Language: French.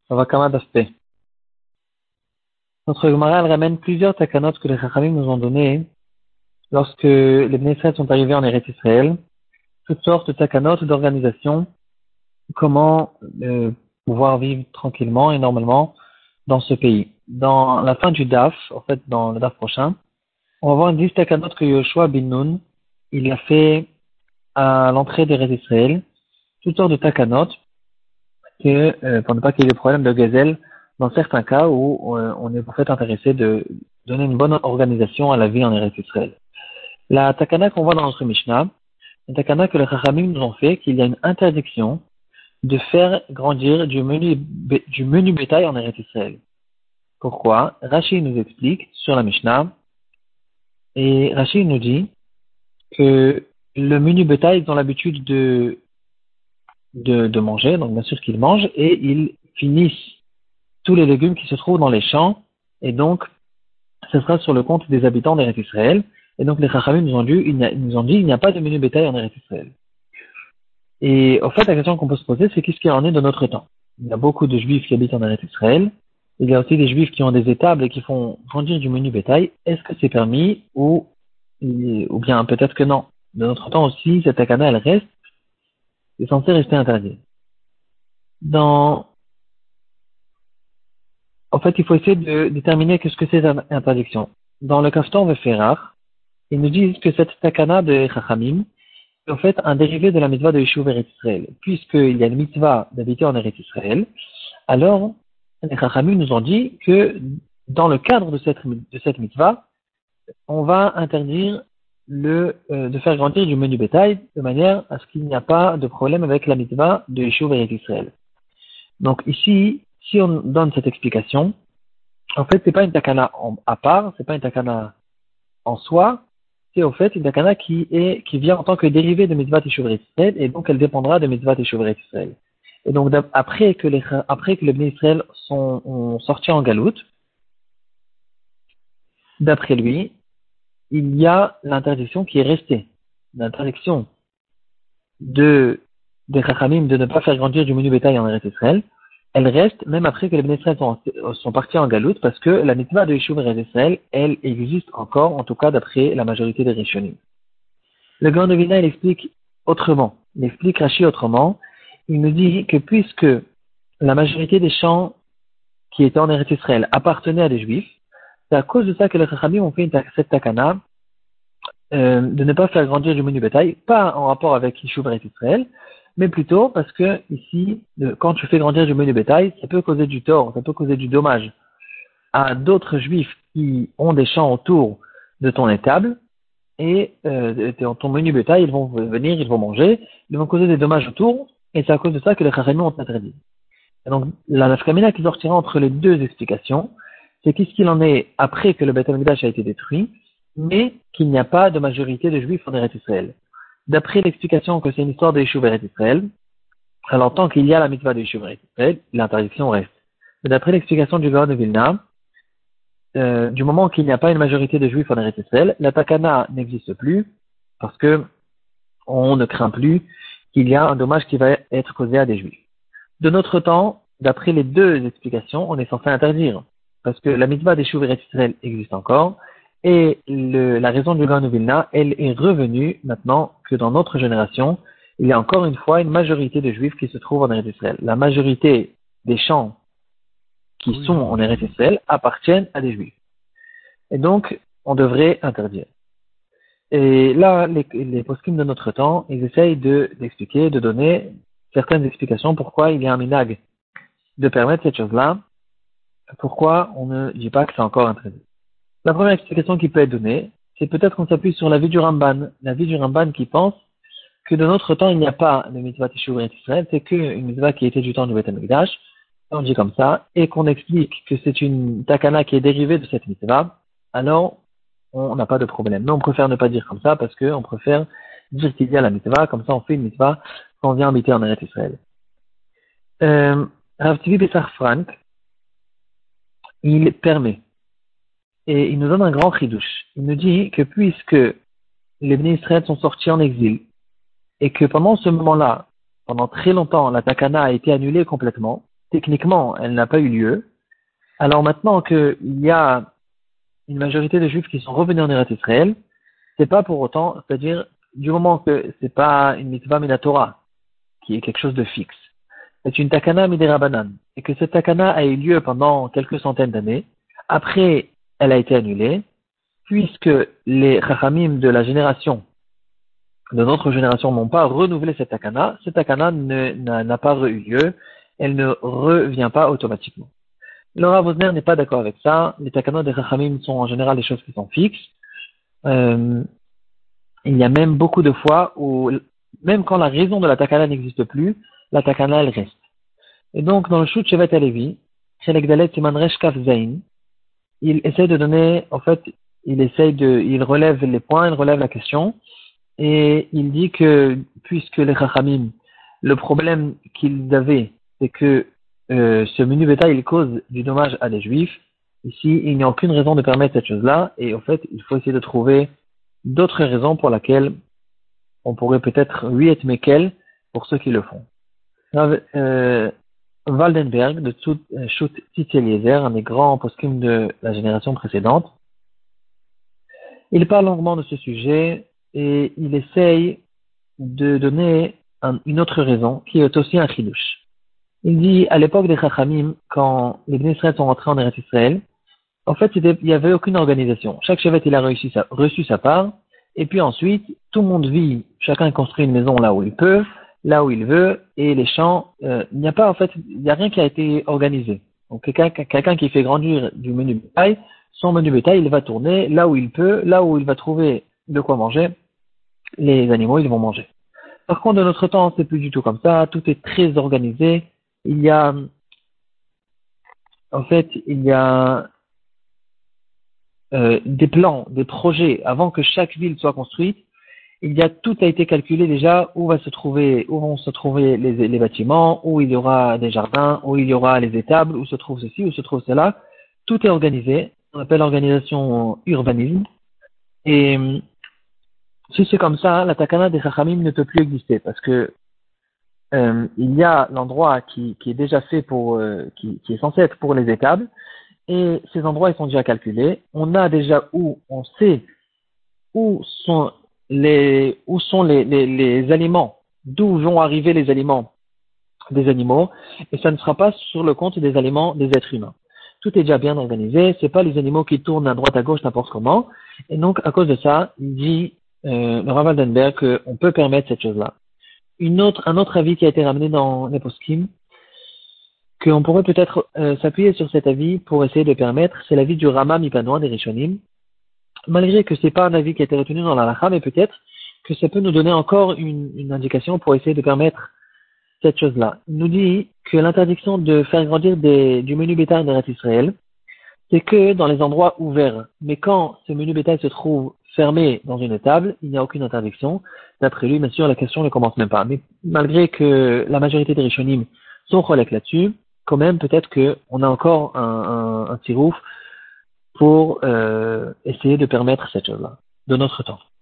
On va quand même d'aspect. Notre Gemara, elle ramène plusieurs takanot que les Chachamim nous ont donné lorsque les Bnei Israël sont arrivés en Eretz Israël. Toutes sortes de takanot d'organisation, comment pouvoir vivre tranquillement et normalement dans ce pays. Dans la fin du DAF, en fait dans le DAF prochain, on va voir 10 takanot que Yoshua bin Nun, il a fait à l'entrée d'Eretz Israël, toutes sortes de takanot, que, pour ne pas qu'il y ait de problème de gazelle, dans certains cas où on est en fait intéressé de donner une bonne organisation à la vie en Eretz Israël. La takana qu'on voit dans notre Mishnah, une takana que les Chachamim nous ont fait, qu'il y a une interdiction de faire grandir du menu bétail en Eretz Israël. Pourquoi? Rashi nous explique sur la Mishnah, et Rashi nous dit que le menu bétail, ils ont l'habitude de manger, donc bien sûr qu'ils mangent, et ils finissent tous les légumes qui se trouvent dans les champs, et donc ce sera sur le compte des habitants d'Eretz Israël, et donc les Chachamim nous ont dit il n'y a pas de menu bétail en Eretz Israël. Et au fait, la question qu'on peut se poser, c'est qu'est-ce qu'il en est de notre temps? Il y a beaucoup de Juifs qui habitent en Eretz Israël, il y a aussi des Juifs qui ont des étables et qui font grandir du menu bétail. Est-ce que c'est permis ou bien peut-être que non? De notre temps aussi, cette takana, elle reste, est censée rester interdite. En fait, il faut essayer de déterminer qu'est-ce que c'est l'interdiction. Dans le Kaftan Veferach, ils nous disent que cette takana de Chachamim est en fait un dérivé de la mitzvah de Yeshuv Eretz Israël. Puisqu'il y a une mitzvah d'habiter en Eretz Israël, alors les Chachamim nous ont dit que dans le cadre de cette mitzvah, on va interdire de faire grandir du menu bétail de manière à ce qu'il n'y a pas de problème avec la mitzvah de Yeshuv Eretz Israël. Donc ici, si on donne cette explication, en fait, c'est pas une takana à part, c'est pas une takana en soi, c'est au fait une takana qui vient en tant que dérivée de mitzvah Yeshuv Eretz Israël, et donc elle dépendra de mitzvah Yeshuv Eretz Israël. Et donc après que les Bnei Israël ont sorti en galoute, d'après lui, il y a l'interdiction qui est restée, l'interdiction des Chachamim de ne pas faire grandir du menu bétail en Eretz Israël. Elle reste même après que les Bnei Israël sont partis en galoute, parce que la mitzvah de Yeshuv Eretz Israël, elle existe encore, en tout cas d'après la majorité des Rishonim. Le Gaon de Vilna, il explique autrement. Il explique Rashi autrement. Il nous dit que puisque la majorité des champs qui étaient en Eretz Israël appartenaient à des Juifs, c'est à cause de ça que les Chachamim ont fait cette takana de ne pas faire grandir du menu bétail, pas en rapport avec Yeshuv Eretz Israël, mais plutôt parce que ici, quand tu fais grandir du menu bétail, ça peut causer du tort, ça peut causer du dommage à d'autres Juifs qui ont des champs autour de ton étable, et ton menu bétail, ils vont venir, ils vont manger, ils vont causer des dommages autour, et c'est à cause de ça que les Chachamim ont interdit. Et donc, la nafkamina qui sortira entre les deux explications, c'est qu'est-ce qu'il en est après que le Beth Amikdash a été détruit, mais qu'il n'y a pas de majorité de Juifs en Eretz Israël. D'après l'explication que c'est une histoire de Yeshuv Eretz Israël, alors tant qu'il y a la mitzvah de Yeshuv Eretz Israël, l'interdiction reste. Mais d'après l'explication du Gaon de Vilna, du moment qu'il n'y a pas une majorité de Juifs en Eretz Israël, la takana n'existe plus, parce que on ne craint plus qu'il y a un dommage qui va être causé à des Juifs. De notre temps, d'après les deux explications, on est censé interdire, parce que la mitzvah des Yeshuv Eretz Israël existe encore, et la raison du Gaon de Vilna, elle est revenue maintenant que dans notre génération, il y a encore une fois une majorité de Juifs qui se trouvent en Eretz Israël. La majorité des champs qui sont en Eretz Israël appartiennent à des Juifs. Et donc, on devrait interdire. Et là, les poskim de notre temps, ils essayent d'expliquer, de donner certaines explications pourquoi il y a un minag de permettre cette chose-là, pourquoi on ne dit pas que c'est encore interdit. La première explication qui peut être donnée, c'est peut-être qu'on s'appuie sur l'avis du Ramban. L'avis du Ramban qui pense que de notre temps, il n'y a pas de mitzvah Yeshuv Eretz Israël, c'est qu'une mitzvah qui était du temps du Beth Amikdash, on dit comme ça, et qu'on explique que c'est une takana qui est dérivée de cette mitzvah, alors on n'a pas de problème. Mais on préfère ne pas dire comme ça, parce qu'on préfère dire qu'il y a la mitzvah, comme ça on fait une mitzvah quand on vient habiter en Eretz Israël. Rav Tzvi Bessar Frank, il permet. Et il nous donne un grand chidouche. Il nous dit que puisque les Bnei Israël sont sortis en exil, et que pendant ce moment-là, pendant très longtemps, la takana a été annulée complètement, techniquement, elle n'a pas eu lieu. Alors maintenant qu'il y a une majorité de juifs qui sont revenus en Eretz Israël, c'est pas pour autant, c'est-à-dire, du moment que c'est pas une mitzvah minatora, qui est quelque chose de fixe, c'est une takana midirabanan, et que cette takana a eu lieu pendant quelques centaines d'années, après, elle a été annulée, puisque les chachamim de la génération, de notre génération n'ont pas renouvelé cette takana n'a pas eu lieu, elle ne revient pas automatiquement. Le Rav Wosner n'est pas d'accord avec ça. Les takanot des Chachamim sont en général des choses qui sont fixes. Il y a même beaucoup de fois où, même quand la raison de la takana n'existe plus, la takana elle reste. Et donc dans le Shut Shevet Alevi, Chelek Dalet Siman Resh Kaf Zain, il essaie de donner, en fait, il relève les points, il relève la question, et il dit que puisque les Chachamim, le problème qu'ils avaient, c'est que ce menu bétail, il cause du dommage à des juifs. Ici, il n'y a aucune raison de permettre cette chose-là, et en fait, il faut essayer de trouver d'autres raisons pour lesquelles on pourrait peut-être lui être méquel pour ceux qui le font. Waldenberg, de Schut Tzitz Eliezer, un des grands poskim de la génération précédente, il parle longuement de ce sujet, et il essaye de donner une autre raison, qui est aussi un chidouche. Il dit, à l'époque des Chachamim, quand les Bnei Israël sont rentrés en Eretz Israël, en fait, il n'y avait aucune organisation. Chaque chevet, il a reçu sa part, et puis ensuite, tout le monde vit, chacun construit une maison là où il peut, là où il veut, et les champs, il n'y a pas, en fait, il n'y a rien qui a été organisé. Donc, quelqu'un qui fait grandir du menu bétail, son menu bétail, il va tourner là où il peut, là où il va trouver de quoi manger, les animaux, ils vont manger. Par contre, de notre temps, c'est plus du tout comme ça, tout est très organisé. Il y a des plans, des projets, avant que chaque ville soit construite, tout a été calculé déjà où vont se trouver les bâtiments, où il y aura des jardins, où il y aura les étables, où se trouve ceci, où se trouve cela. Tout est organisé. On appelle l'organisation urbanisme. Et si c'est comme ça, la takana des chachamim ne peut plus exister parce que il y a l'endroit qui est déjà fait qui est censé être pour les étables, et ces endroits ils sont déjà calculés. On a déjà on sait où sont les aliments, d'où vont arriver les aliments des animaux, et ça ne sera pas sur le compte des aliments des êtres humains. Tout est déjà bien organisé, c'est pas les animaux qui tournent à droite à gauche n'importe comment, et donc à cause de ça, il dit le Rav Waldenberg qu'on peut permettre cette chose-là. Un autre avis qui a été ramené dans les poskim, qu'on pourrait peut-être s'appuyer sur cet avis pour essayer de permettre, c'est l'avis du Rama Mipanoa des Rishonim, malgré que c'est pas un avis qui a été retenu dans la halakha, mais peut-être que ça peut nous donner encore une indication pour essayer de permettre cette chose-là. Il nous dit que l'interdiction de faire grandir du menu bétail en Eretz Israël, c'est que dans les endroits ouverts. Mais quand ce menu bétail se trouve fermé dans une table, il n'y a aucune interdiction. D'après lui, bien sûr, la question ne commence même pas. Mais malgré que la majorité des Rishonim sont relèques là-dessus, quand même, peut-être qu'on a encore un tirouf pour essayer de permettre cette chose-là, de notre temps.